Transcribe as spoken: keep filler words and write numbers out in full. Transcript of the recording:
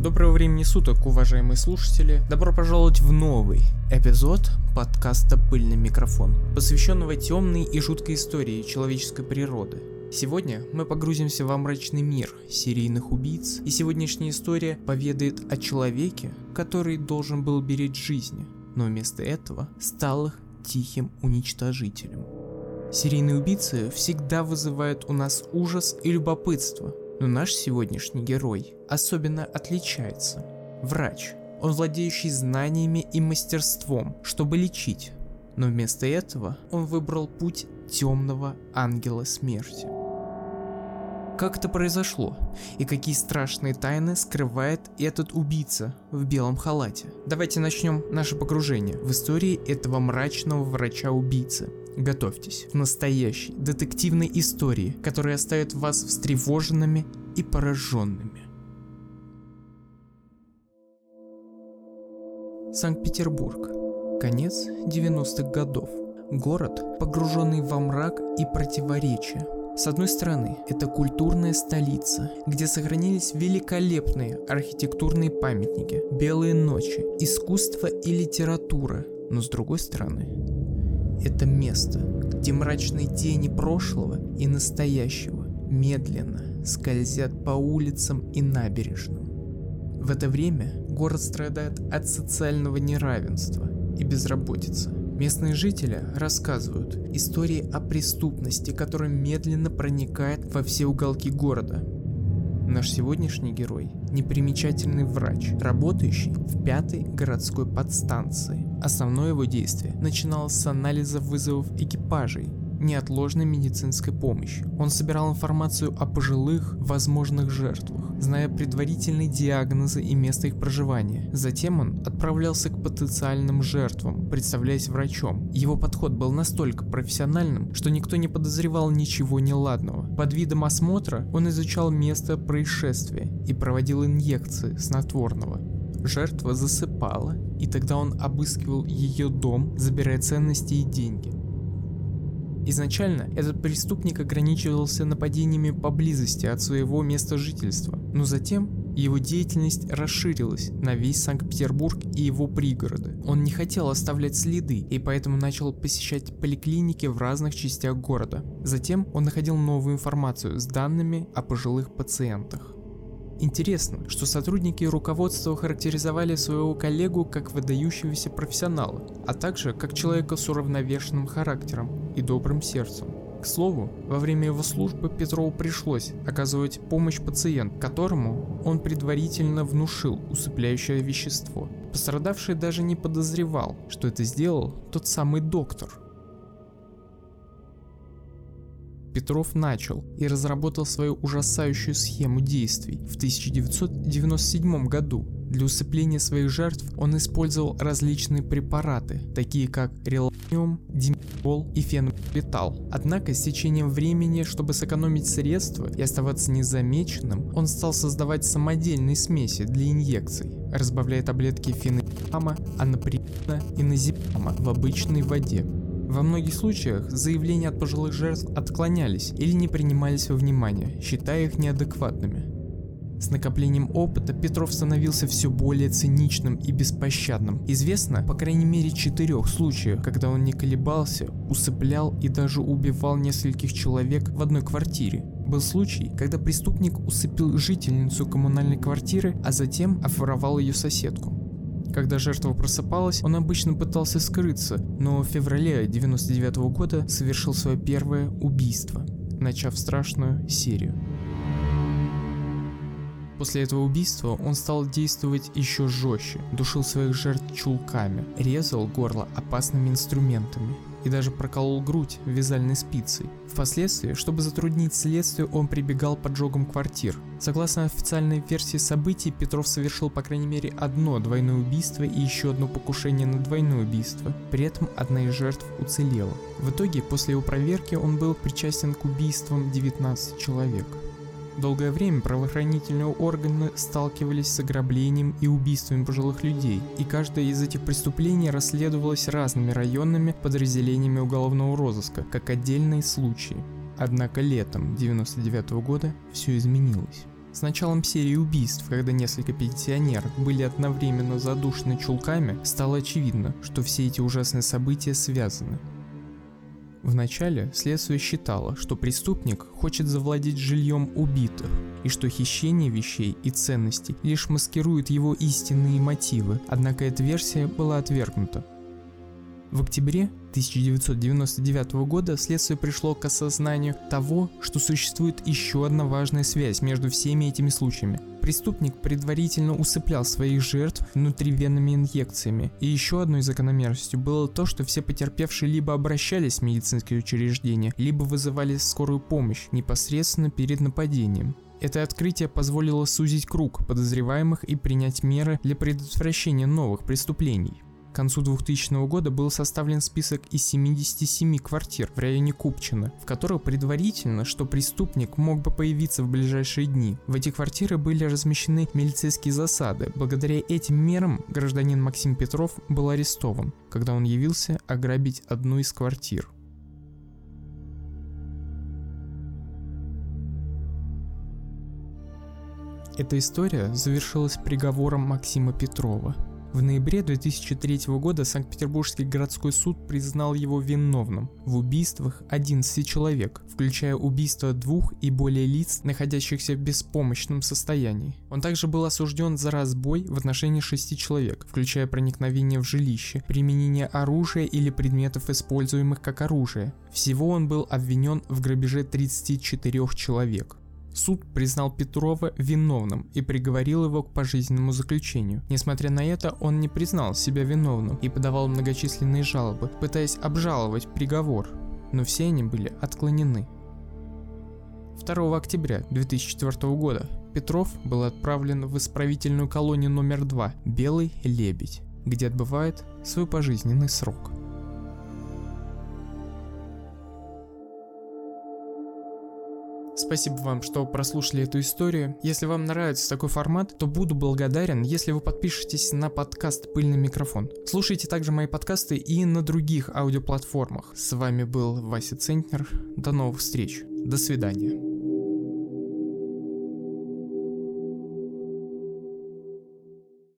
Доброго времени суток, уважаемые слушатели. Добро пожаловать в новый эпизод подкаста «Пыльный микрофон», посвященного темной и жуткой истории человеческой природы. Сегодня мы погрузимся во мрачный мир серийных убийц, и сегодняшняя история поведает о человеке, который должен был беречь жизни, но вместо этого стал их тихим уничтожителем. Серийные убийцы всегда вызывают у нас ужас и любопытство, но наш сегодняшний герой особенно отличается. Врач, он владеющий знаниями и мастерством, чтобы лечить, но вместо этого он выбрал путь темного ангела смерти. Как это произошло и какие страшные тайны скрывает этот убийца в белом халате? Давайте начнем наше погружение в истории этого мрачного врача-убийцы. Готовьтесь к настоящей детективной истории, которая оставит вас встревоженными и пораженными. Санкт-Петербург. Конец девяностых годов. Город, погруженный во мрак и противоречия. С одной стороны, это культурная столица, где сохранились великолепные архитектурные памятники, белые ночи, искусство и литература. Но с другой стороны, это место, где мрачные тени прошлого и настоящего медленно скользят по улицам и набережным. В это время город страдает от социального неравенства и безработицы. Местные жители рассказывают истории о преступности, которая медленно проникает во все уголки города. Наш сегодняшний герой – непримечательный врач, работающий в пятой городской подстанции. Основное его действие начиналось с анализа вызовов экипажей неотложной медицинской помощи. Он собирал информацию о пожилых, возможных жертвах, зная предварительные диагнозы и место их проживания. Затем он отправлялся к потенциальным жертвам, представляясь врачом. Его подход был настолько профессиональным, что никто не подозревал ничего неладного. Под видом осмотра он изучал место происшествия и проводил инъекции снотворного. Жертва засыпала, и тогда он обыскивал ее дом, забирая ценности и деньги. Изначально этот преступник ограничивался нападениями поблизости от своего места жительства, но затем его деятельность расширилась на весь Санкт-Петербург и его пригороды. Он не хотел оставлять следы и поэтому начал посещать поликлиники в разных частях города. Затем он находил новую информацию с данными о пожилых пациентах. Интересно, что сотрудники и руководство характеризовали своего коллегу как выдающегося профессионала, а также как человека с уравновешенным характером и добрым сердцем. К слову, во время его службы Петрову пришлось оказывать помощь пациенту, которому он предварительно внушил усыпляющее вещество. Пострадавший даже не подозревал, что это сделал тот самый доктор. Петров начал и разработал свою ужасающую схему действий в тысяча девятьсот девяносто седьмом году. Для усыпления своих жертв он использовал различные препараты, такие как реланиум, димерол и фенобутал. Однако с течением времени, чтобы сэкономить средства и оставаться незамеченным, он стал создавать самодельные смеси для инъекций, разбавляя таблетки феназепама, анаприлина и назепама в обычной воде. Во многих случаях заявления от пожилых жертв отклонялись или не принимались во внимание, считая их неадекватными. С накоплением опыта Петров становился все более циничным и беспощадным. Известно, по крайней мере, четырех случаях, когда он не колебался, усыплял и даже убивал нескольких человек в одной квартире. Был случай, когда преступник усыпил жительницу коммунальной квартиры, а затем обворовал ее соседку. Когда жертва просыпалась, он обычно пытался скрыться, но в феврале девяносто девятого года совершил свое первое убийство, начав страшную серию. После этого убийства он стал действовать еще жестче, душил своих жертв чулками, резал горло опасными инструментами и даже проколол грудь вязальной спицей. Впоследствии, чтобы затруднить следствие, он прибегал к поджогам квартир. Согласно официальной версии событий, Петров совершил по крайней мере одно двойное убийство и еще одно покушение на двойное убийство. При этом одна из жертв уцелела. В итоге, после его проверки, он был причастен к убийствам девятнадцати человек. Долгое время правоохранительные органы сталкивались с ограблением и убийствами пожилых людей, и каждое из этих преступлений расследовалось разными районными подразделениями уголовного розыска, как отдельные случаи. Однако летом девяносто девятого года все изменилось. С началом серии убийств, когда несколько пенсионеров были одновременно задушены чулками, стало очевидно, что все эти ужасные события связаны. Вначале следствие считало, что преступник хочет завладеть жильем убитых, и что хищение вещей и ценностей лишь маскирует его истинные мотивы, однако эта версия была отвергнута. В октябре тысяча девятьсот девяносто девятого года следствие пришло к осознанию того, что существует еще одна важная связь между всеми этими случаями. Преступник предварительно усыплял своих жертв внутривенными инъекциями, и еще одной закономерностью было то, что все потерпевшие либо обращались в медицинские учреждения, либо вызывали скорую помощь непосредственно перед нападением. Это открытие позволило сузить круг подозреваемых и принять меры для предотвращения новых преступлений. К концу двухтысячного года был составлен список из семидесяти семи квартир в районе Купчино, в которых предварительно, что преступник мог бы появиться в ближайшие дни. В эти квартиры были размещены милицейские засады. Благодаря этим мерам гражданин Максим Петров был арестован, когда он явился ограбить одну из квартир. Эта история завершилась приговором Максима Петрова. В ноябре две тысячи третьего года Санкт-Петербургский городской суд признал его виновным в убийствах одиннадцати человек, включая убийство двух и более лиц, находящихся в беспомощном состоянии. Он также был осужден за разбой в отношении шести человек, включая проникновение в жилище, применение оружия или предметов, используемых как оружие. Всего он был обвинен в грабеже тридцати четырёх человек. Суд признал Петрова виновным и приговорил его к пожизненному заключению. Несмотря на это, он не признал себя виновным и подавал многочисленные жалобы, пытаясь обжаловать приговор, но все они были отклонены. второго октября две тысячи четвёртого года Петров был отправлен в исправительную колонию номер два «Белый лебедь», где отбывает свой пожизненный срок. Спасибо вам, что прослушали эту историю. Если вам нравится такой формат, то буду благодарен, если вы подпишетесь на подкаст «Пыльный микрофон». Слушайте также мои подкасты и на других аудиоплатформах. С вами был Вася Центнер. До новых встреч. До свидания.